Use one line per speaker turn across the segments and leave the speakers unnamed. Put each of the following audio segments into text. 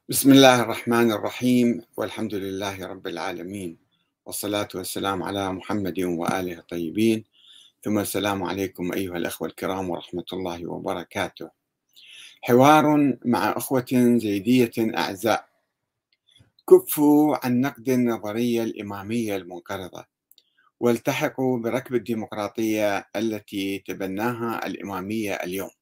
بسم الله الرحمن الرحيم والحمد لله رب العالمين والصلاة والسلام على محمد وآله الطيبين ثم السلام عليكم أيها الأخوة الكرام ورحمة الله وبركاته. حوار مع أخوة زيدية أعزاء، كفوا عن نقد النظرية الإمامية المنقرضة والتحقوا بركب الديمقراطية التي تبناها الإمامية اليوم.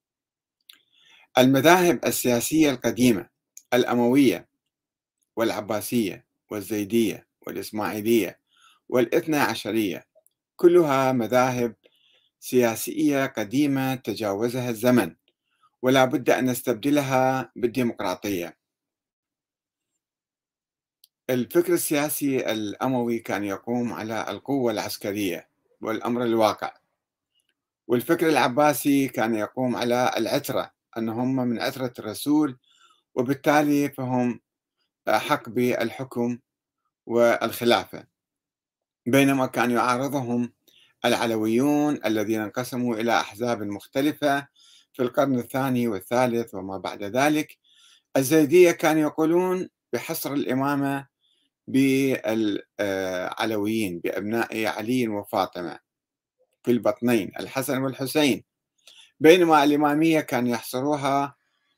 المذاهب السياسية القديمة الأموية والعباسية والزيدية والإسماعيلية والاثنى عشرية كلها مذاهب سياسية قديمة تجاوزها الزمن، ولا بد أن نستبدلها بالديمقراطية. الفكر السياسي الأموي كان يقوم على القوة العسكرية والأمر الواقع، والفكر العباسي كان يقوم على العترة، أنهم من عترة الرسول وبالتالي فهم أحق بالحكم والخلافة، بينما كان يعارضهم العلويون الذين انقسموا إلى أحزاب مختلفة في القرن الثاني والثالث وما بعد ذلك. الزيدية كانوا يقولون بحصر الإمامة بالعلويين بأبناء علي وفاطمة في البطنين الحسن والحسين، بينما الإمامية كانوا يحصروها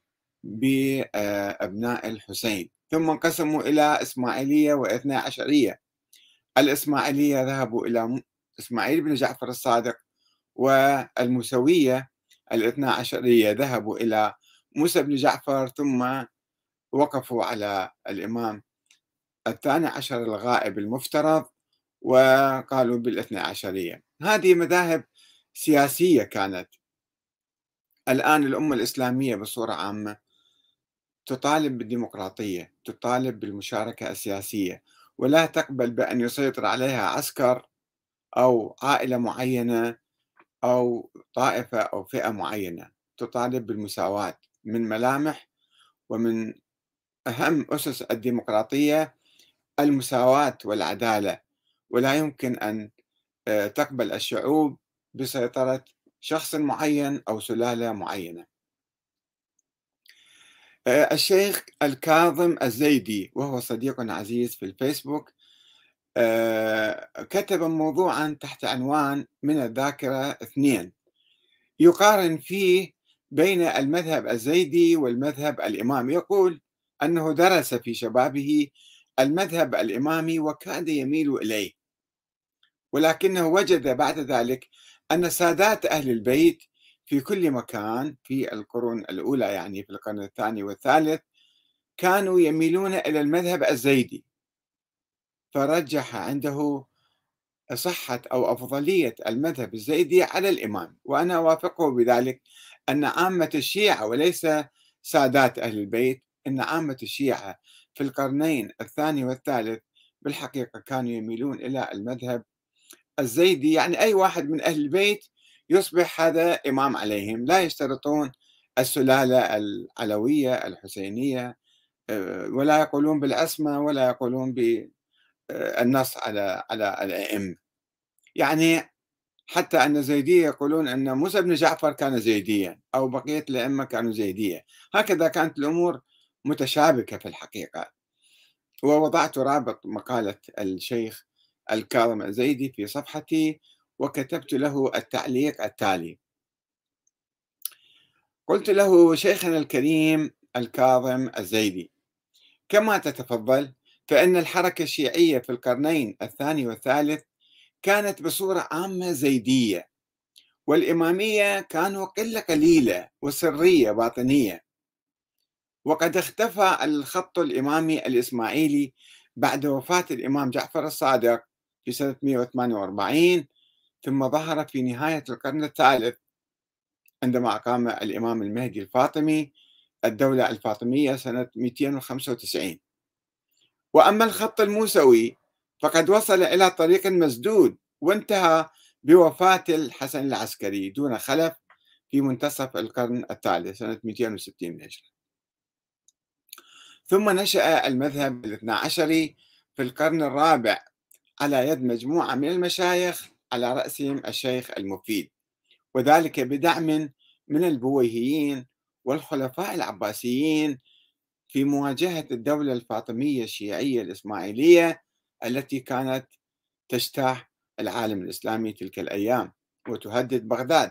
بأبناء الحسين. ثم انقسموا إلى إسماعيلية واثنى عشرية. الإسماعيلية ذهبوا إلى إسماعيل بن جعفر الصادق، والموسوية الاثنى عشرية ذهبوا إلى موسى بن جعفر، ثم وقفوا على الإمام الثاني عشر الغائب المفترض وقالوا بالاثنى عشرية. هذه مذاهب سياسية كانت. الآن الأمة الإسلامية بصورة عامة تطالب بالديمقراطية، تطالب بالمشاركة السياسية، ولا تقبل بأن يسيطر عليها عسكر أو عائلة معينة أو طائفة أو فئة معينة. تطالب بالمساواة من ملامح ومن أهم أسس الديمقراطية المساواة والعدالة، ولا يمكن أن تقبل الشعوب بسيطرة شخص معين أو سلالة معينة. الشيخ الكاظم الزيدي وهو صديق عزيز في الفيسبوك كتب موضوعا تحت عنوان من الذاكرة 2 يقارن فيه بين المذهب الزيدي والمذهب الإمامي. يقول أنه درس في شبابه المذهب الإمامي وكاد يميل إليه، ولكنه وجد بعد ذلك أن سادات أهل البيت في كل مكان في القرون الأولى، يعني في القرن الثاني والثالث، كانوا يميلون إلى المذهب الزيدي، فرجح عنده صحة أو أفضلية المذهب الزيدي على الإمام. وأنا أوافقه بذلك، أن عامة الشيعة وليس سادات أهل البيت، أن عامة الشيعة في القرنين الثاني والثالث بالحقيقة كانوا يميلون إلى المذهب الزيدي، يعني أي واحد من أهل البيت يصبح هذا إمام عليهم، لا يشترطون السلالة العلوية الحسينية، ولا يقولون بالعصمة ولا يقولون بالنص على الأئمة. يعني حتى أن الزيدية يقولون أن موسى بن جعفر كان زيديا أو بقية الأئمة كانوا زيدية. هكذا كانت الأمور متشابكة في الحقيقة. ووضعت رابط مقالة الشيخ الكاظم الزيدي في صفحتي وكتبت له التعليق التالي. قلت له: شيخنا الكريم الكاظم الزيدي، كما تتفضل فإن الحركة الشيعية في القرنين الثاني والثالث كانت بصورة عامة زيدية، والإمامية كانوا قلة قليلة وسرية باطنية، وقد اختفى الخط الإمامي الإسماعيلي بعد وفاة الإمام جعفر الصادق في سنة 148، ثم ظهر في نهاية القرن الثالث عندما أقام الإمام المهدي الفاطمي الدولة الفاطمية سنة 295. وأما الخط الموسوي فقد وصل إلى طريق مسدود وانتهى بوفاة الحسن العسكري دون خلف في منتصف القرن الثالث سنة 260 من الهجرة. ثم نشأ المذهب الاثنى عشري في القرن الرابع على يد مجموعة من المشايخ على رأسهم الشيخ المفيد، وذلك بدعم من البويهيين والخلفاء العباسيين في مواجهة الدولة الفاطمية الشيعية الإسماعيلية التي كانت تجتاح العالم الإسلامي تلك الأيام وتهدد بغداد.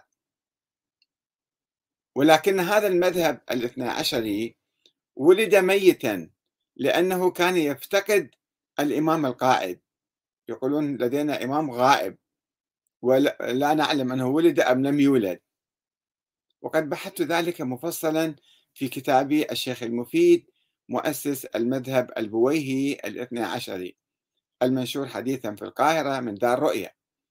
ولكن هذا المذهب الاثنى عشري ولد ميتا لأنه كان يفتقد الإمام القائد. يقولون لدينا إمام غائب ولا نعلم أنه ولد أم لم يولد، وقد بحثت ذلك مفصلا في كتابي الشيخ المفيد مؤسس المذهب البويهي الاثنى عشري المنشور حديثا في القاهرة من دار رؤية.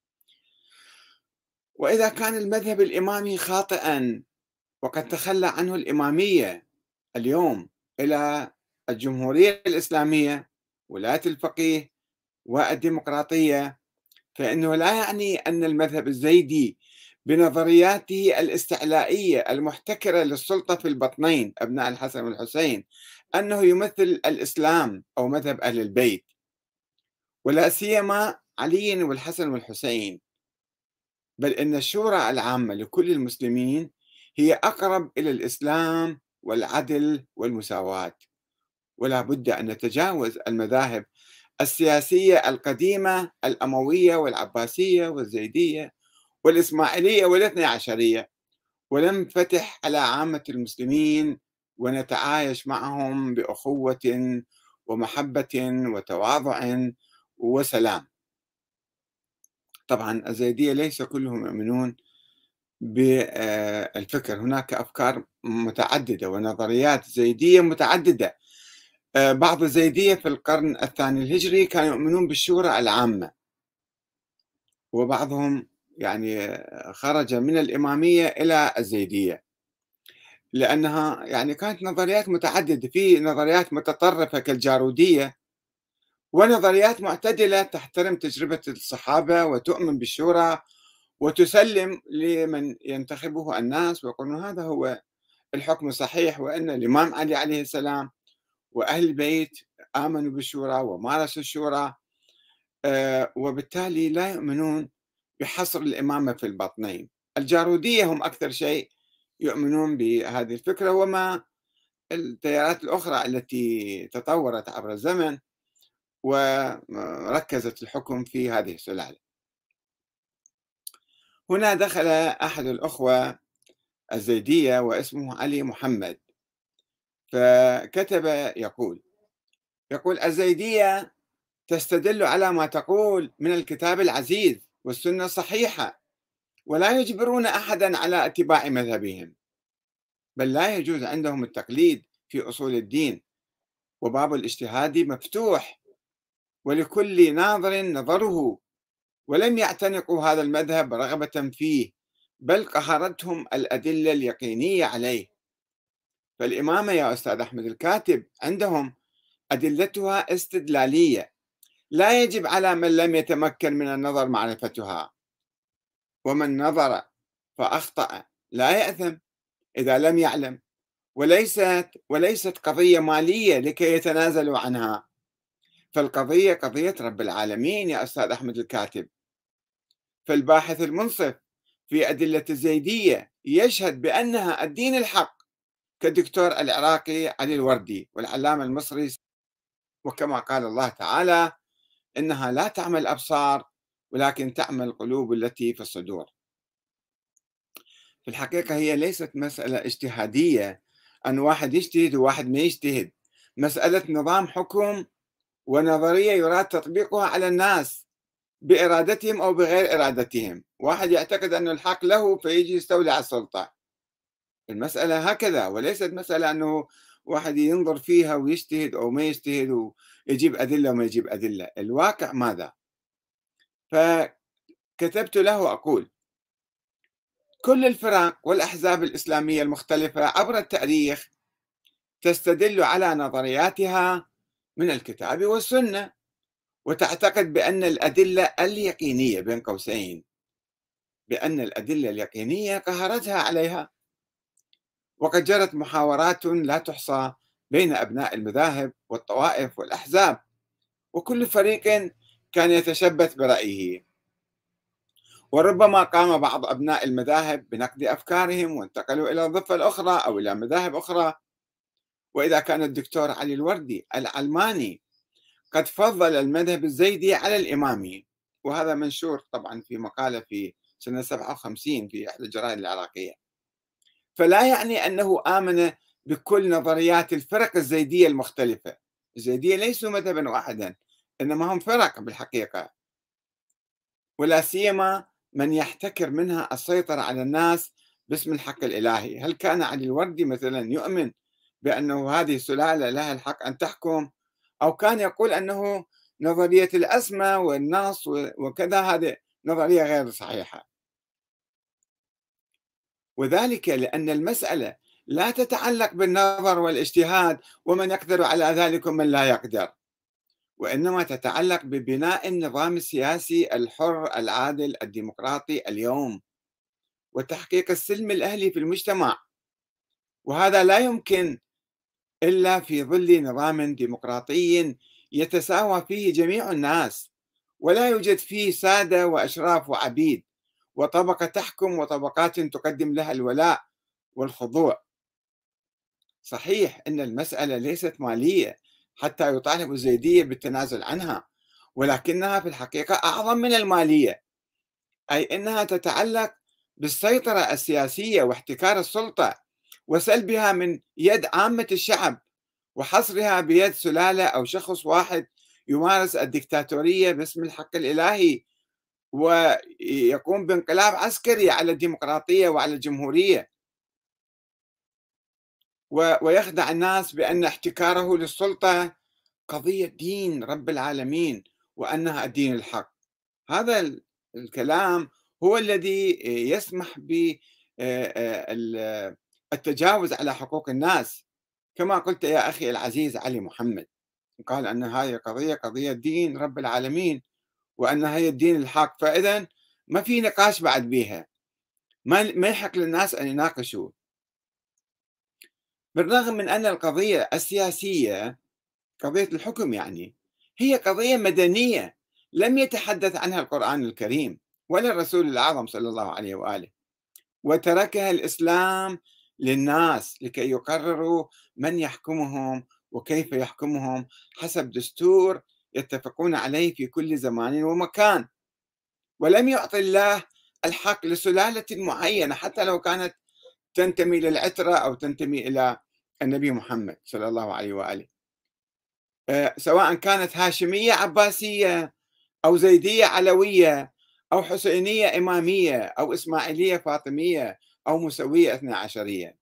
وإذا كان المذهب الإمامي خاطئا وقد تخلى عنه الإمامية اليوم إلى الجمهورية الإسلامية ولاية الفقيه والديمقراطية، فإنه لا يعني أن المذهب الزيدي بنظرياته الاستعلائية المحتكرة للسلطة في البطنين أبناء الحسن والحسين أنه يمثل الإسلام أو مذهب أهل البيت، ولا سيما علي والحسن والحسين، بل إن الشورى العامة لكل المسلمين هي أقرب إلى الإسلام والعدل والمساواة. ولا بد أن نتجاوز المذاهب السياسية القديمة الأموية والعباسية والزيدية والإسماعيلية والاثنى عشرية وننفتح على عامة المسلمين ونتعايش معهم بأخوة ومحبة وتواضع وسلام. طبعا الزيدية ليس كلهم يؤمنون بالفكر، هناك أفكار متعددة ونظريات زيدية متعددة. بعض الزيدية في القرن الثاني الهجري كانوا يؤمنون بالشورى العامة، وبعضهم يعني خرج من الإمامية إلى الزيدية لأنها يعني كانت نظريات متعددة، في نظريات متطرفة كالجارودية ونظريات معتدلة تحترم تجربة الصحابة وتؤمن بالشورى وتسلم لمن ينتخبه الناس ويقولون هذا هو الحكم الصحيح، وأن الإمام علي عليه السلام وأهل البيت آمنوا بالشورى ومارسوا الشورى. وبالتالي لا يؤمنون بحصر الإمامة في البطنين. الجارودية هم أكثر شيء يؤمنون بهذه الفكرة، وما التيارات الأخرى التي تطورت عبر الزمن وركزت الحكم في هذه السلالة. هنا دخل أحد الأخوة الزيدية واسمه علي محمد، فكتب يقول الزيدية تستدل على ما تقول من الكتاب العزيز والسنة الصحيحة، ولا يجبرون أحدا على اتباع مذهبهم، بل لا يجوز عندهم التقليد في أصول الدين، وباب الاجتهاد مفتوح ولكل ناظر نظره، ولم يعتنقوا هذا المذهب رغبة فيه، بل قهرتهم الأدلة اليقينية عليه. فالإمامة يا أستاذ أحمد الكاتب عندهم أدلتها استدلالية، لا يجب على من لم يتمكن من النظر معرفتها، ومن نظر فأخطأ لا يأثم إذا لم يعلم، وليست قضية مالية لكي يتنازلوا عنها، فالقضية قضية رب العالمين يا أستاذ أحمد الكاتب. فالباحث المنصف في أدلة الزيدية يشهد بأنها الدين الحق كالدكتور العراقي علي الوردي والعلامة المصري، وكما قال الله تعالى إنها لا تعمى الأبصار ولكن تعمى القلوب التي في الصدور. في الحقيقة هي ليست مسألة اجتهادية أن واحد يجتهد وواحد ما يجتهد، مسألة نظام حكم ونظرية يراد تطبيقها على الناس بإرادتهم أو بغير إرادتهم. واحد يعتقد أن الحق له فيجي يستولي على السلطة. المسألة هكذا، وليست مسألة أنه واحد ينظر فيها ويجتهد أو ما يجتهد ويجيب أدلة وما يجيب أدلة. الواقع ماذا؟ فكتبت له أقول كل الفرق والأحزاب الإسلامية المختلفة عبر التاريخ تستدل على نظرياتها من الكتاب والسنة، وتعتقد بأن الأدلة اليقينية بين قوسين بأن الأدلة اليقينية قهرتها عليها. وقد جرت محاورات لا تحصى بين أبناء المذاهب والطوائف والأحزاب، وكل فريق كان يتشبث برأيه، وربما قام بعض أبناء المذاهب بنقد أفكارهم وانتقلوا إلى الضفة الأخرى أو إلى مذاهب أخرى، وإذا كان الدكتور علي الوردي العلماني قد فضل المذهب الزيدي على الإمامي، وهذا منشور طبعا في مقالة في سنة 57 في إحدى الجرائد العراقية، فلا يعني أنه آمن بكل نظريات الفرق الزيدية المختلفة. الزيدية ليسوا مذهبا واحدا، إنما هم فرق بالحقيقة، ولا سيما من يحتكر منها السيطرة على الناس باسم الحق الإلهي. هل كان علي الوردي مثلا يؤمن بأنه هذه السلالة لها الحق أن تحكم، أو كان يقول أنه نظرية الأسمى والنص وكذا هذه نظرية غير صحيحة؟ وذلك لأن المسألة لا تتعلق بالنظر والاجتهاد ومن يقدر على ذلك ومن لا يقدر، وإنما تتعلق ببناء النظام السياسي الحر العادل الديمقراطي اليوم، وتحقيق السلم الأهلي في المجتمع، وهذا لا يمكن إلا في ظل نظام ديمقراطي يتساوى فيه جميع الناس، ولا يوجد فيه سادة وأشراف وعبيد، وطبقة تحكم وطبقات تقدم لها الولاء والخضوع. صحيح أن المسألة ليست مالية حتى يطالب الزيدية بالتنازل عنها، ولكنها في الحقيقة أعظم من المالية، أي أنها تتعلق بالسيطرة السياسية واحتكار السلطة وسلبها من يد عامة الشعب وحصرها بيد سلالة أو شخص واحد يمارس الدكتاتورية باسم الحق الإلهي ويقوم بانقلاب عسكري على الديمقراطية وعلى الجمهورية، ويخدع الناس بأن احتكاره للسلطة قضية دين رب العالمين وأنها الدين الحق. هذا الكلام هو الذي يسمح بالتجاوز على حقوق الناس، كما قلت يا أخي العزيز علي محمد، قال أن هذه قضية دين رب العالمين وأنها هي الدين الحق، فإذا ما في نقاش بعد بها، ما يحق للناس أن يناقشوا. بالرغم من أن القضية السياسية قضية الحكم يعني هي قضية مدنية لم يتحدث عنها القرآن الكريم ولا الرسول الأعظم صلى الله عليه وآله، وتركها الإسلام للناس لكي يقرروا من يحكمهم وكيف يحكمهم حسب دستور يتفقون عليه في كل زمان ومكان، ولم يعطي الله الحق لسلالة معينة حتى لو كانت تنتمي للعترة أو تنتمي إلى النبي محمد صلى الله عليه وآله، سواء كانت هاشمية عباسية أو زيدية علوية أو حسينية إمامية أو إسماعيلية فاطمية أو موسوية اثنا عشرية.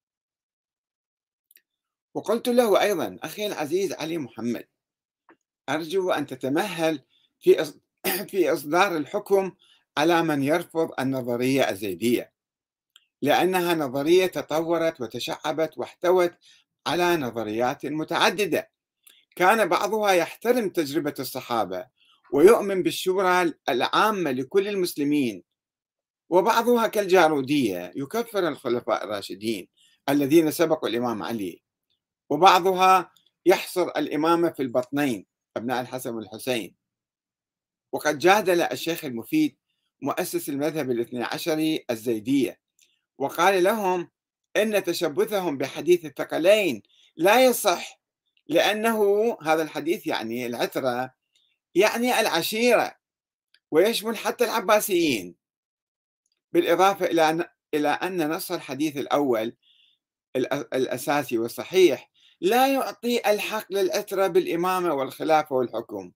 وقلت له أيضا أخي العزيز علي محمد، أرجو أن تتمهل في في إصدار الحكم على من يرفض النظرية الزيدية، لأنها نظرية تطورت وتشعبت واحتوت على نظريات متعددة، كان بعضها يحترم تجربة الصحابة ويؤمن بالشورى العامة لكل المسلمين، وبعضها كالجارودية يكفر الخلفاء الراشدين الذين سبقوا الإمام علي، وبعضها يحصر الإمامة في البطنين أبناء الحسن والحسين. وقد جادل الشيخ المفيد مؤسس المذهب الاثني عشري الزيدية وقال لهم إن تشبثهم بحديث الثقلين لا يصح، لأنه هذا الحديث يعني العترة يعني العشيرة ويشمل حتى العباسيين، بالإضافة إلى أن نص الحديث الأول الأساسي والصحيح لا يعطي الحق للعترة بالإمامة والخلافة والحكم،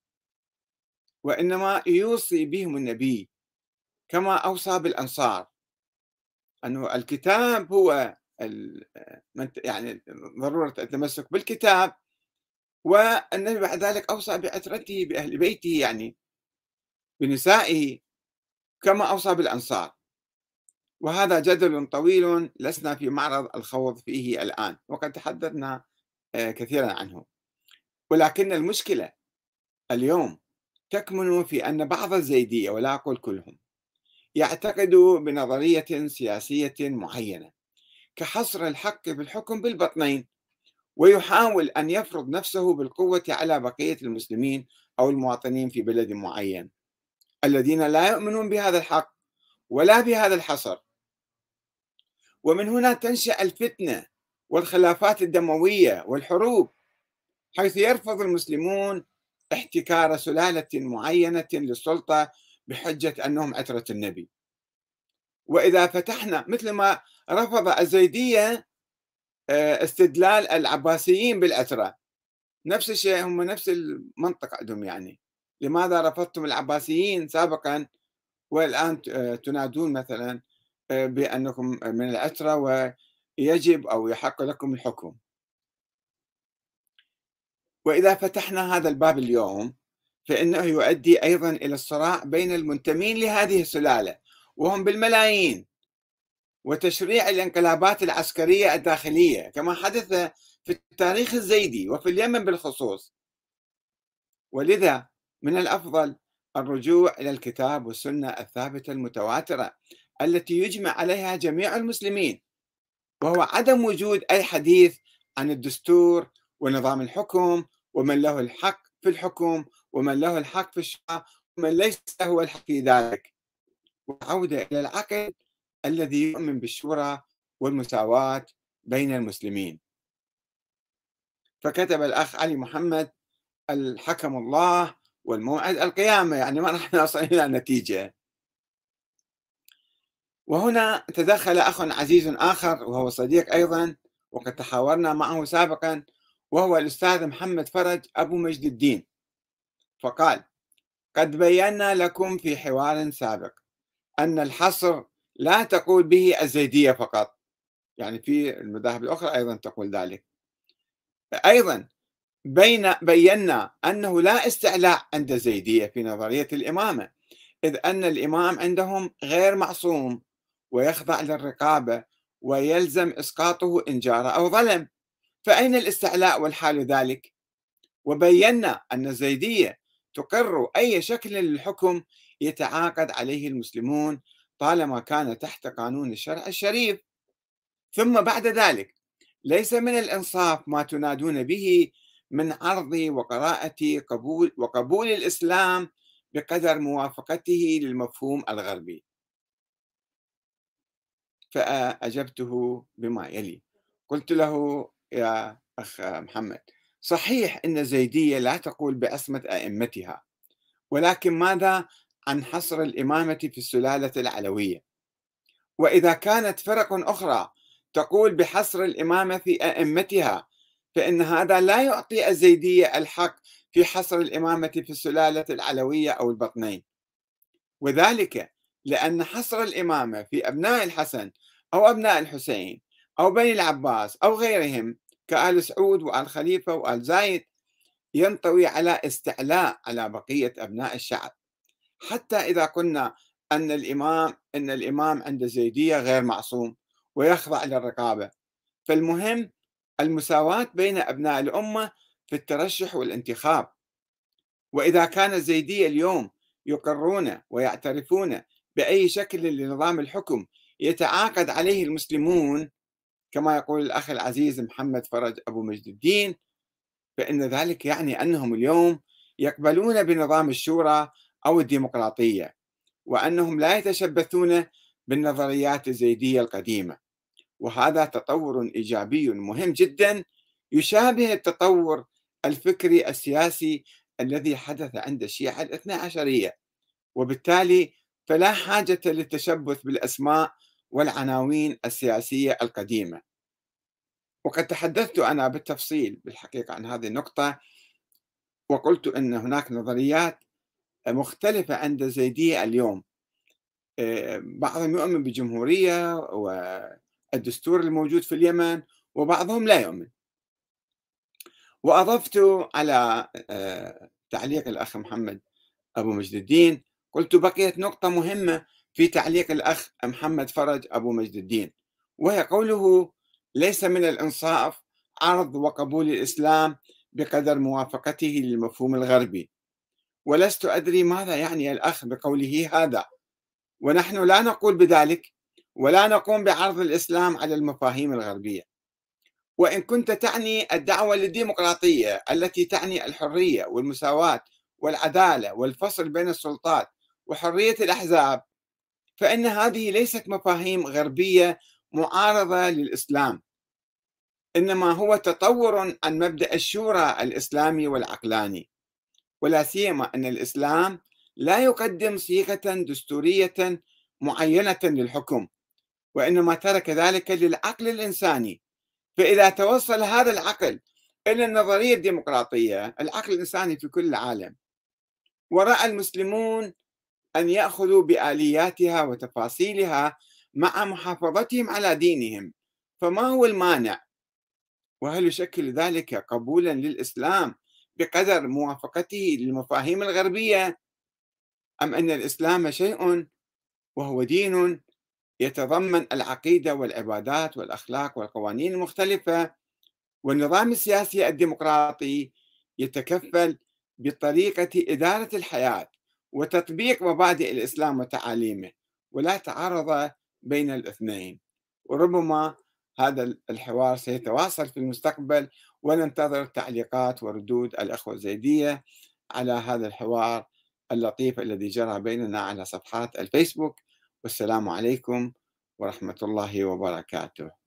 وإنما يوصي بهم النبي كما أوصى بالأنصار، أنه الكتاب هو يعني ضرورة التمسك بالكتاب، والنبي بعد ذلك أوصى بعترته بأهل بيته يعني بنسائه كما أوصى بالأنصار. وهذا جدل طويل لسنا في معرض الخوض فيه الآن، وقد تحدثنا كثيرا عنه، ولكن المشكلة اليوم تكمن في أن بعض الزيدية ولا أقول كلهم يعتقدوا بنظرية سياسية معينة كحصر الحق بالحكم بالبطنين، ويحاول أن يفرض نفسه بالقوة على بقية المسلمين أو المواطنين في بلد معين الذين لا يؤمنون بهذا الحق ولا بهذا الحصر. ومن هنا تنشأ الفتنة والخلافات الدموية والحروب، حيث يرفض المسلمون احتكار سلالة معينة للسلطة بحجة أنهم عترة النبي. وإذا فتحنا مثل ما رفض الزيدية استدلال العباسيين بالعترة، نفس الشيء، هم نفس المنطق عندهم يعني. لماذا رفضتم العباسيين سابقا والآن تنادون مثلا بأنكم من العترة ويجب أو يحق لكم الحكم؟ وإذا فتحنا هذا الباب اليوم فإنه يؤدي أيضا إلى الصراع بين المنتمين لهذه السلالة وهم بالملايين، وتشريع الانقلابات العسكرية الداخلية كما حدث في التاريخ الزيدي وفي اليمن بالخصوص. ولذا من الأفضل الرجوع إلى الكتاب والسنة الثابتة المتواترة التي يجمع عليها جميع المسلمين، وهو عدم وجود أي حديث عن الدستور ونظام الحكم ومن له الحق في الحكم ومن له الحق في الشرع ومن ليس له الحق في ذلك، والعودة إلى العقل الذي يؤمن بالشورى والمساواة بين المسلمين. فكتب الأخ علي محمد: الحكم الله والموعد القيامة، يعني ما راح نصل إلى نتيجة. وهنا تدخل أخ عزيز آخر وهو صديق أيضا وقد تحاورنا معه سابقا، وهو الأستاذ محمد فرج أبو مجد الدين، فقال: قد بينا لكم في حوار سابق أن الحصر لا تقول به الزيدية فقط، يعني في المذاهب الأخرى أيضا تقول ذلك. أيضا بينا أنه لا استعلاء عند الزيدية في نظرية الإمامة، إذ أن الإمام عندهم غير معصوم ويخضع للرقابة ويلزم إسقاطه إن جار أو ظلم، فأين الاستعلاء والحال ذلك؟ وبينا أن الزيدية تقر أي شكل للحكم يتعاقد عليه المسلمون طالما كان تحت قانون الشرع الشريف. ثم بعد ذلك ليس من الإنصاف ما تنادون به من عرض وقراءة وقبول الإسلام بقدر موافقته للمفهوم الغربي. فأجبته بما يلي: قلت له: يا أخ محمد، صحيح أن الزيدية لا تقول بعصمة أئمتها، ولكن ماذا عن حصر الإمامة في السلالة العلوية؟ وإذا كانت فرق أخرى تقول بحصر الإمامة في أئمتها، فإن هذا لا يعطي الزيدية الحق في حصر الإمامة في السلالة العلوية أو البطنين، وذلك لأن حصر الإمامة في أبناء الحسن أو أبناء الحسين أو بني العباس أو غيرهم كآل سعود وآل خليفة وآل زايد ينطوي على استعلاء على بقية أبناء الشعب، حتى إذا قلنا أن الإمام عند الزيدية غير معصوم ويخضع للرقابة. فالمهم المساواة بين أبناء الأمة في الترشح والانتخاب. وإذا كان الزيدية اليوم يقرون ويعترفون بأي شكل لنظام الحكم يتعاقد عليه المسلمون كما يقول الأخ العزيز محمد فرج أبو مجد الدين، فإن ذلك يعني أنهم اليوم يقبلون بنظام الشورى أو الديمقراطية، وأنهم لا يتشبثون بالنظريات الزيدية القديمة. وهذا تطور إيجابي مهم جدا يشابه التطور الفكري السياسي الذي حدث عند الشيعة الاثنى عشرية، وبالتالي فلا حاجة للتشبث بالأسماء والعناوين السياسية القديمة. وقد تحدثت أنا بالتفصيل بالحقيقة عن هذه النقطة، وقلت أن هناك نظريات مختلفة عند الزيدية اليوم. بعضهم يؤمن بالجمهورية والدستور الموجود في اليمن، وبعضهم لا يؤمن. وأضفت على تعليق الأخ محمد أبو مجد الدين، قلت بقيت نقطة مهمة في تعليق الأخ محمد فرج أبو مجد الدين، وهي قوله: ليس من الإنصاف عرض وقبول الإسلام بقدر موافقته للمفهوم الغربي. ولست أدري ماذا يعني الأخ بقوله هذا، ونحن لا نقول بذلك ولا نقوم بعرض الإسلام على المفاهيم الغربية. وإن كنت تعني الدعوة للديمقراطية التي تعني الحرية والمساواة والعدالة والفصل بين السلطات وحرية الأحزاب، فإن هذه ليست مفاهيم غربية معارضة للإسلام، إنما هو تطور عن مبدأ الشورى الإسلامي والعقلاني، ولا سيما أن الإسلام لا يقدم صيغة دستورية معينة للحكم، وإنما ترك ذلك للعقل الإنساني. فإذا توصل هذا العقل إلى النظرية الديمقراطية، العقل الإنساني في كل العالم، ورأى المسلمون أن يأخذوا بآلياتها وتفاصيلها مع محافظتهم على دينهم، فما هو المانع؟ وهل يشكل ذلك قبولا للإسلام بقدر موافقته للمفاهيم الغربية، أم أن الإسلام شيء وهو دين يتضمن العقيدة والعبادات والأخلاق والقوانين المختلفة، والنظام السياسي الديمقراطي يتكفل بطريقة إدارة الحياة وتطبيق مبادئ الإسلام وتعاليمه، ولا تعارض بين الاثنين. وربما هذا الحوار سيتواصل في المستقبل، وننتظر تعليقات وردود الأخوة الزيدية على هذا الحوار اللطيف الذي جرى بيننا على صفحات الفيسبوك. والسلام عليكم ورحمة الله وبركاته.